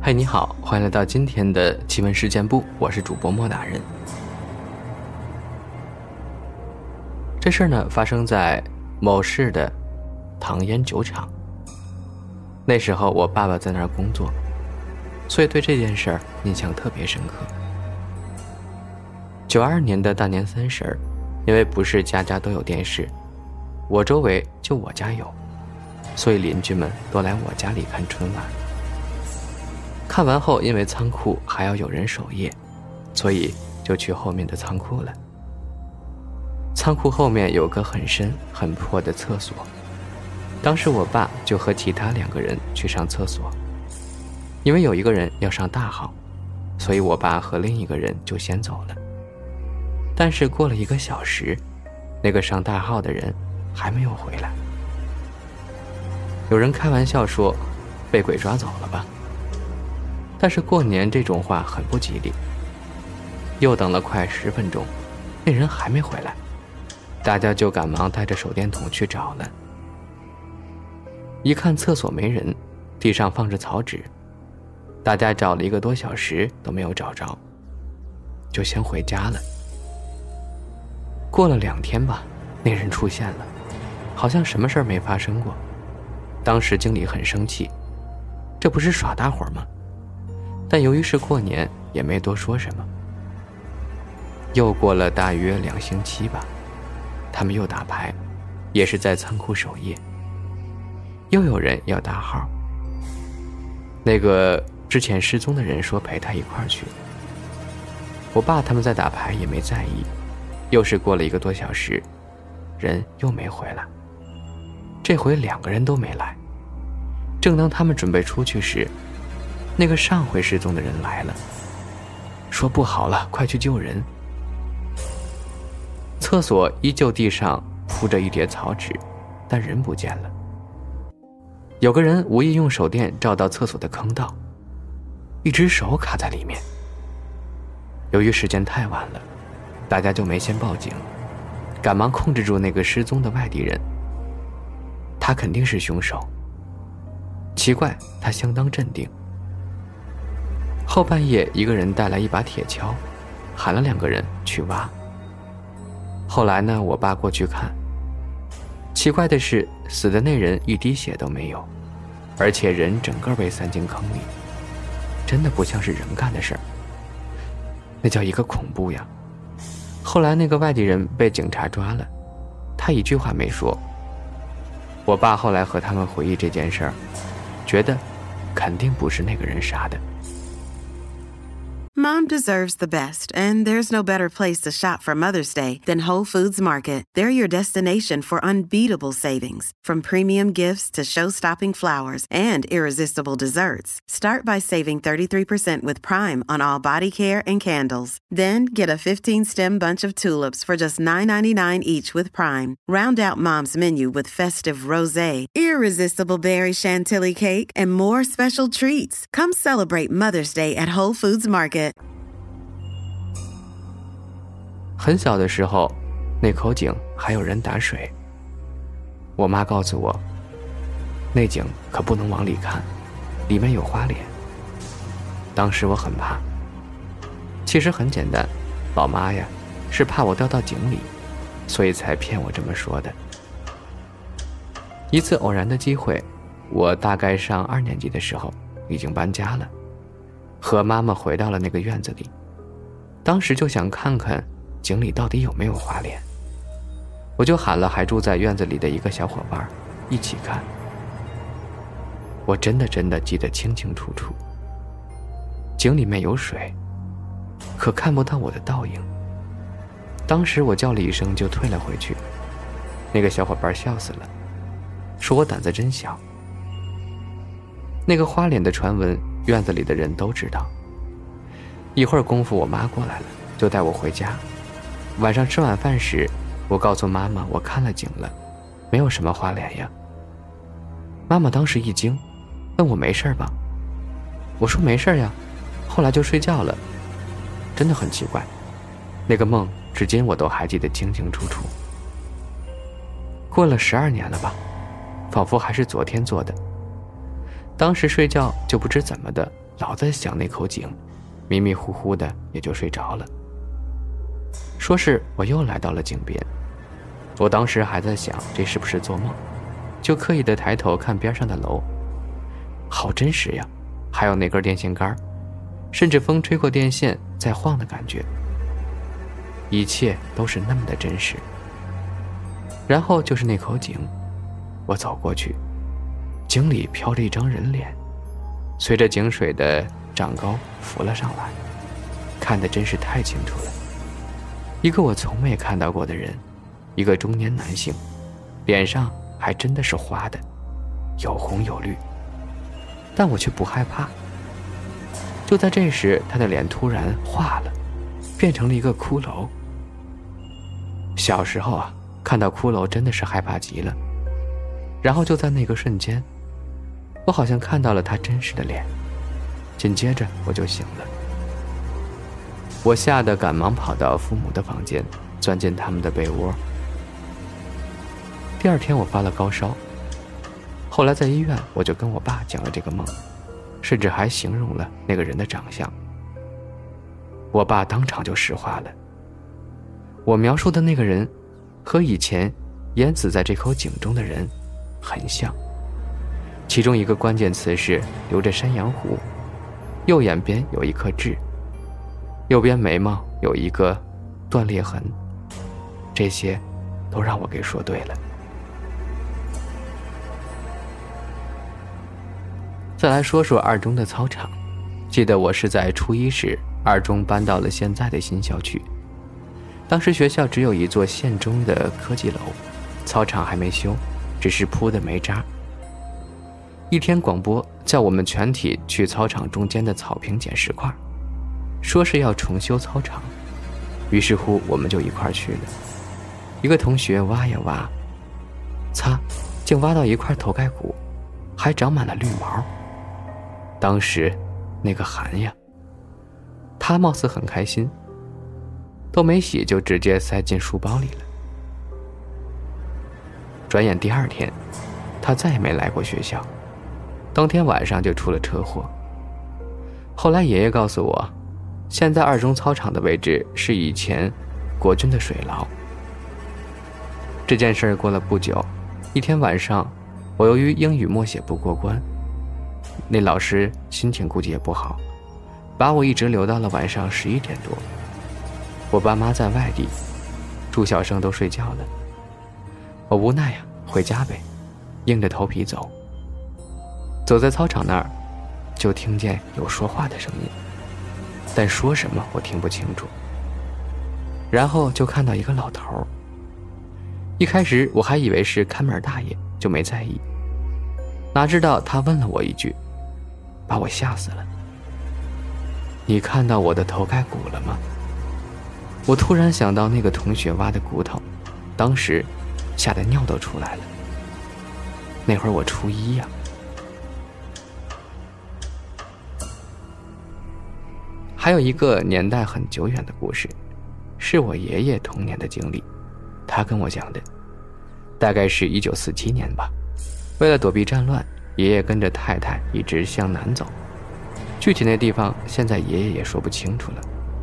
嗨，你好，欢迎来到今天的奇闻事件部，我是主播莫大人。这事儿呢，发生在某市的唐烟酒厂。那时候我爸爸在那儿工作，所以对这件事儿印象特别深刻。92年的大年30，因为不是家家都有电视，我周围就我家有，所以邻居们都来我家里看春晚。看完后，因为仓库还要有人守夜，所以就去后面的仓库了。仓库后面有个很深很破的厕所，当时我爸就和其他2个人去上厕所，因为有一个人要上大号，所以我爸和另一个人就先走了。但是过了1个小时，那个上大号的人还没有回来。有人开玩笑说被鬼抓走了吧，但是过年这种话很不吉利。又等了快10分钟，那人还没回来，大家就赶忙带着手电筒去找了。一看厕所没人，地上放着草纸，大家找了1个多小时都没有找着，就先回家了。过了2天吧，那人出现了，好像什么事儿没发生过。当时经理很生气，这不是耍大伙吗？但由于是过年，也没多说什么。又过了大约2星期吧，他们又打牌，也是在仓库守夜。又有人要大号，那个之前失踪的人说陪他一块儿去。我爸他们在打牌也没在意，又是过了1个多小时，人又没回来。这回2个人都没来。正当他们准备出去时，那个上回失踪的人来了，说不好了，快去救人。厕所依旧地上铺着一叠草纸，但人不见了。有个人无意用手电照到厕所的坑道，一只手卡在里面。由于时间太晚了，大家就没先报警，赶忙控制住那个失踪的外地人。他肯定是凶手。奇怪，他相当镇定。后半夜，一个人带来一把铁锹，喊了2个人去挖。后来呢，我爸过去看，奇怪的是，死的那人一滴血都没有，而且人整个被塞进坑里，真的不像是人干的事儿。那叫一个恐怖呀！后来那个外地人被警察抓了，他一句话没说。我爸后来和他们回忆这件事儿，觉得肯定不是那个人杀的。 Mom deserves the best, and there's no better place to shop for Mother's Day than Whole Foods Market. They're your destination for unbeatable savings, from premium gifts to show-stopping flowers and irresistible desserts. Start by saving 33% with Prime on all body care and candles. Then get a 15-stem bunch of tulips for just $9.99 each with Prime. Round out Mom's menu with festive rosé, irresistible berry chantilly cake, and more special treats. Come celebrate Mother's Day at Whole Foods Market. 很小的时候，那口井还有人打水。我妈告诉我，那井可不能往里看，里面有花脸。当时我很怕。其实很简单，老妈呀，是怕我掉到井里，所以才骗我这么说的。一次偶然的机会，我大概上2年级的时候，已经搬家了，和妈妈回到了那个院子里。当时就想看看井里到底有没有花脸，我就喊了还住在院子里的一个小伙伴一起看。我真的记得清清楚楚，井里面有水，可看不到我的倒影。当时我叫了一声就退了回去，那个小伙伴笑死了，说我胆子真小。那个花脸的传闻，院子里的人都知道。一会儿功夫，我妈过来了，就带我回家。晚上吃晚饭时，我告诉妈妈我看了井了，没有什么花脸呀。妈妈当时一惊，问我没事吧？我说没事呀，后来就睡觉了。真的很奇怪，那个梦至今我都还记得清清楚楚。过了12年了吧，仿佛还是昨天做的。当时睡觉就不知怎么的， 老在想那口井，迷迷糊糊的也就睡着了。说是我又来到了井边，我当时还在想这是不是做梦，就刻意的抬头看边上的楼，好真实呀，还有那根电线杆，甚至风吹过电线在晃的感觉，一切都是那么的真实。然后就是那口井，我走过去，井里飘着一张人脸，随着井水的涨高浮了上来，看得真是太清楚了。一个我从没看到过的人，一个中年男性，脸上还真的是花的，有红有绿，但我却不害怕。就在这时，他的脸突然化了，变成了一个骷髅。小时候啊，看到骷髅真的是害怕极了。然后就在那个瞬间，我好像看到了他真实的脸，紧接着我就醒了。我吓得赶忙跑到父母的房间，钻进他们的被窝。第二天我发了高烧，后来在医院我就跟我爸讲了这个梦，甚至还形容了那个人的长相。我爸当场就石化了。我描述的那个人和以前淹死在这口井中的人很像，其中一个关键词是留着山羊胡，右眼边有一颗痣，右边眉毛有一个断裂痕，这些都让我给说对了。再来说说二中的操场，记得我是在初一时，二中搬到了现在的新校区。当时学校只有一座县中的科技楼，操场还没修，只是铺的煤渣。一天广播叫我们全体去操场中间的草坪捡石块，说是要重修操场，于是乎我们就一块去了。一个同学挖呀挖，擦，竟挖到一块头盖骨，还长满了绿毛。当时那个寒呀，他貌似很开心，都没洗就直接塞进书包里了。转眼第二天，他再也没来过学校，当天晚上就出了车祸。后来爷爷告诉我，现在二中操场的位置是以前国军的水牢。这件事过了不久，一天晚上，我由于英语默写不过关，那老师心情估计也不好，把我一直留到了晚上11点多。我爸妈在外地，住校生都睡觉了，我无奈呀，回家呗，硬着头皮走。走在操场那儿，就听见有说话的声音，但说什么我听不清楚。然后就看到一个老头，一开始我还以为是看门大爷，就没在意。哪知道他问了我一句，把我吓死了：你看到我的头盖骨了吗？我突然想到那个同学挖的骨头，当时吓得尿都出来了。那会儿我初一呀。还有一个年代很久远的故事，是我爷爷童年的经历，他跟我讲的，大概是1947年吧。为了躲避战乱，爷爷跟着太太一直向南走，具体那地方现在爷爷也说不清楚了。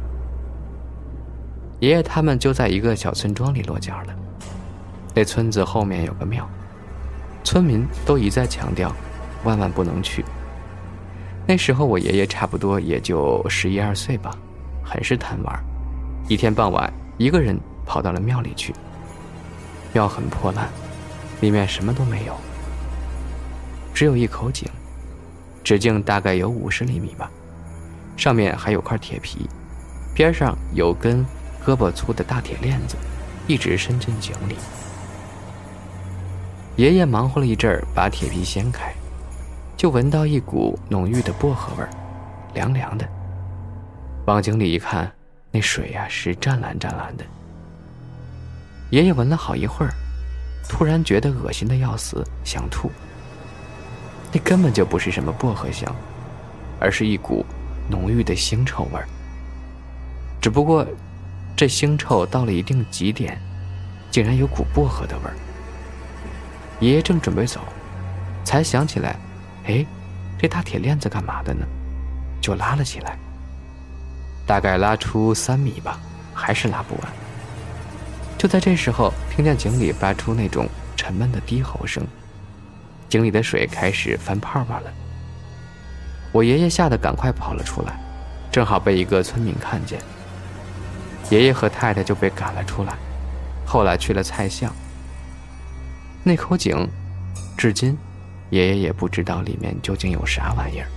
爷爷他们就在一个小村庄里落脚了，那村子后面有个庙，村民都一再强调万万不能去。那时候我爷爷差不多也就11、12岁吧，很是贪玩。一天傍晚，一个人跑到了庙里去。庙很破烂，里面什么都没有，只有一口井，直径大概有50厘米吧，上面还有块铁皮，边上有根胳膊粗的大铁链子，一直伸进井里。爷爷忙活了一阵儿，把铁皮掀开，就闻到一股浓郁的薄荷味儿，凉凉的。往井里一看，那水呀是湛蓝湛蓝的。爷爷闻了好一会儿，突然觉得恶心的要死，想吐。那根本就不是什么薄荷香，而是一股浓郁的腥臭味儿。只不过这腥臭到了一定极点，竟然有股薄荷的味儿。爷爷正准备走，才想起来，哎，这大铁链子干嘛的呢？ 就拉了起来，大概拉出3米吧，还是拉不完。就在这时候，听见井里发出那种沉闷的低吼声，井里的水开始翻泡泡了。我爷爷吓得赶快跑了出来，正好被一个村民看见，爷爷和太太就被赶了出来，后来去了菜巷。那口井至今爷爷也不知道里面究竟有啥玩意儿。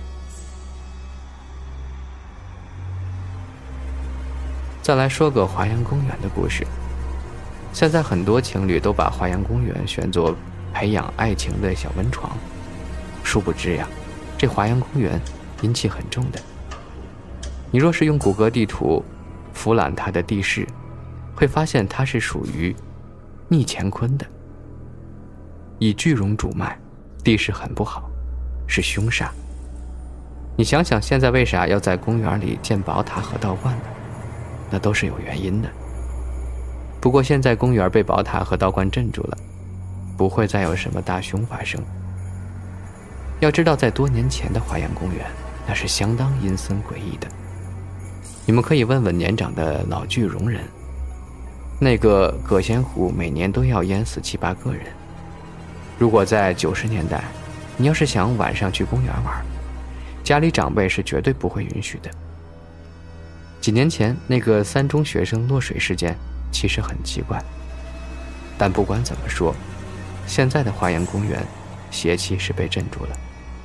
再来说个华阳公园的故事。现在很多情侣都把华阳公园选作培养爱情的小温床，殊不知呀，这华阳公园阴气很重的。你若是用谷歌地图俯览它的地势，会发现它是属于逆乾坤的，以巨龙主脉，地势很不好，是凶煞。你想想现在为啥要在公园里建宝塔和道观呢？那都是有原因的。不过现在公园被宝塔和道观镇住了，不会再有什么大凶发生。要知道在多年前的华阳公园，那是相当阴森诡异的。你们可以问问年长的老剧容人，那个葛仙湖每年都要淹死7、8个人。如果在90年代，你要是想晚上去公园玩，家里长辈是绝对不会允许的。几年前那个3中学生落水事件其实很奇怪，但不管怎么说，现在的华阳公园邪气是被镇住了。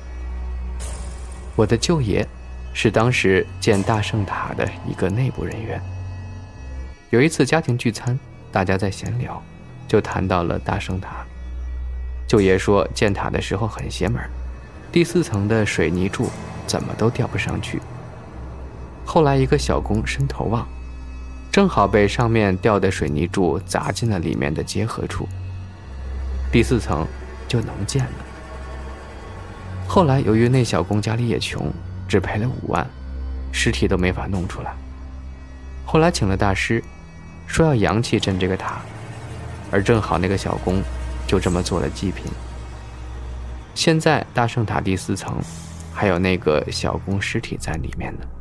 我的舅爷是当时建大圣塔的一个内部人员。有一次家庭聚餐，大家在闲聊，就谈到了大圣塔。舅爷说建塔的时候很邪门，第4层的水泥柱怎么都吊不上去。后来一个小工伸头望，正好被上面吊的水泥柱砸进了里面的结合处，第4层就能建了。后来由于那小工家里也穷，只赔了5万，尸体都没法弄出来。后来请了大师，说要阳气镇这个塔，而正好那个小工就这么做了祭品。现在大圣塔第4层还有那个小工尸体在里面呢。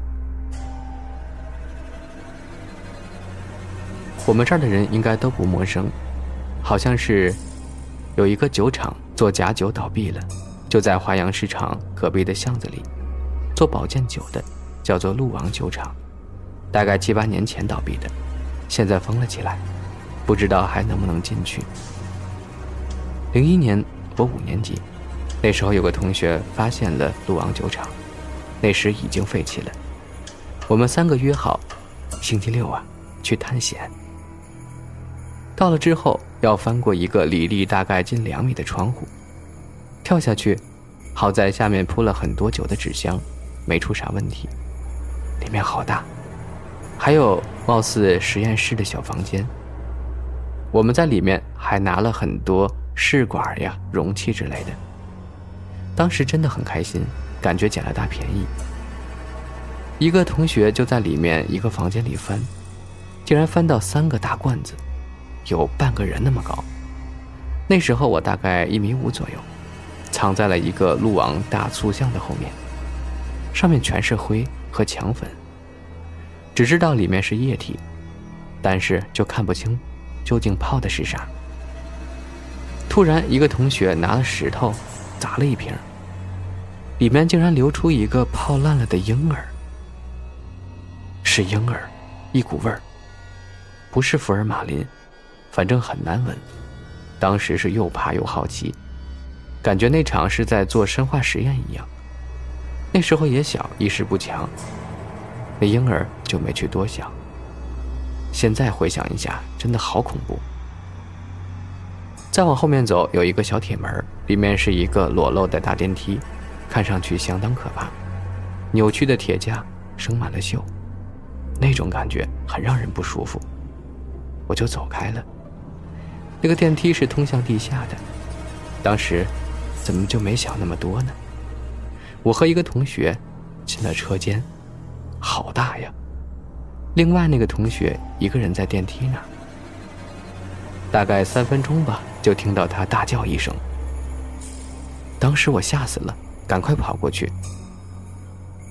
我们这儿的人应该都不陌生，好像是有一个酒厂做假酒倒闭了，就在华阳市场隔壁的巷子里，做保健酒的叫做鹿王酒厂，大概7、8年前倒闭的，现在封了起来，不知道还能不能进去。01年我5年级，那时候有个同学发现了鹿王酒厂，那时已经废弃了。我们3个约好星期6去探险。到了之后要翻过一个离地大概近2米的窗户，跳下去，好在下面铺了很多酒的纸箱，没出啥问题。里面好大，还有貌似实验室的小房间。我们在里面还拿了很多试管呀、容器之类的。当时真的很开心，感觉捡了大便宜。一个同学就在里面一个房间里翻，竟然翻到3个大罐子，有半个人那么高。那时候我大概1.5米左右，藏在了一个鹿王大塑像的后面，上面全是灰和墙粉，只知道里面是液体，但是就看不清究竟泡的是啥。突然一个同学拿了石头砸了一瓶，里面竟然流出一个泡烂了的婴儿。是婴儿，一股味儿，不是福尔马林，反正很难闻。当时是又怕又好奇，感觉那场是在做生化实验一样。那时候也小，意识不强，那婴儿就没去多想。现在回想一下，真的好恐怖。再往后面走，有一个小铁门，里面是一个裸露的大电梯，看上去相当可怕。扭曲的铁架生满了锈，那种感觉很让人不舒服。我就走开了。那个电梯是通向地下的，当时怎么就没想那么多呢？我和一个同学进了车间，好大呀。另外那个同学一个人在电梯那儿。大概3分钟吧，就听到他大叫一声。当时我吓死了，赶快跑过去，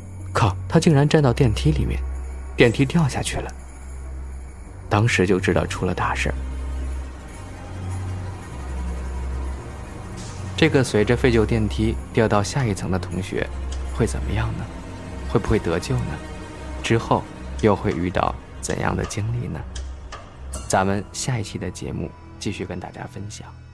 靠，他竟然站到电梯里面，电梯掉下去了。当时就知道出了大事。这个随着废旧电梯掉到下一层的同学会怎么样呢？会不会得救呢？之后又会遇到怎样的经历呢？咱们下一期的节目继续跟大家分享。